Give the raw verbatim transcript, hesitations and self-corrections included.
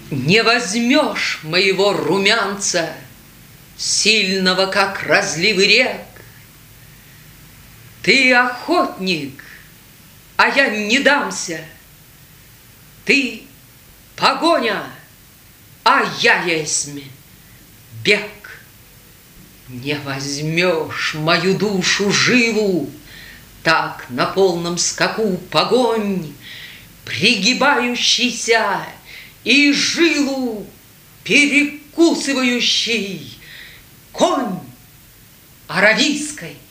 Не возьмешь моего румянца, сильного, как разливы рек. Ты охотник, а я не дамся. Ты погоня, а я есмь бег. Не возьмешь мою душу живу, так на полном скаку погонь, пригибающийся и жилу перекусывающий конь аравийской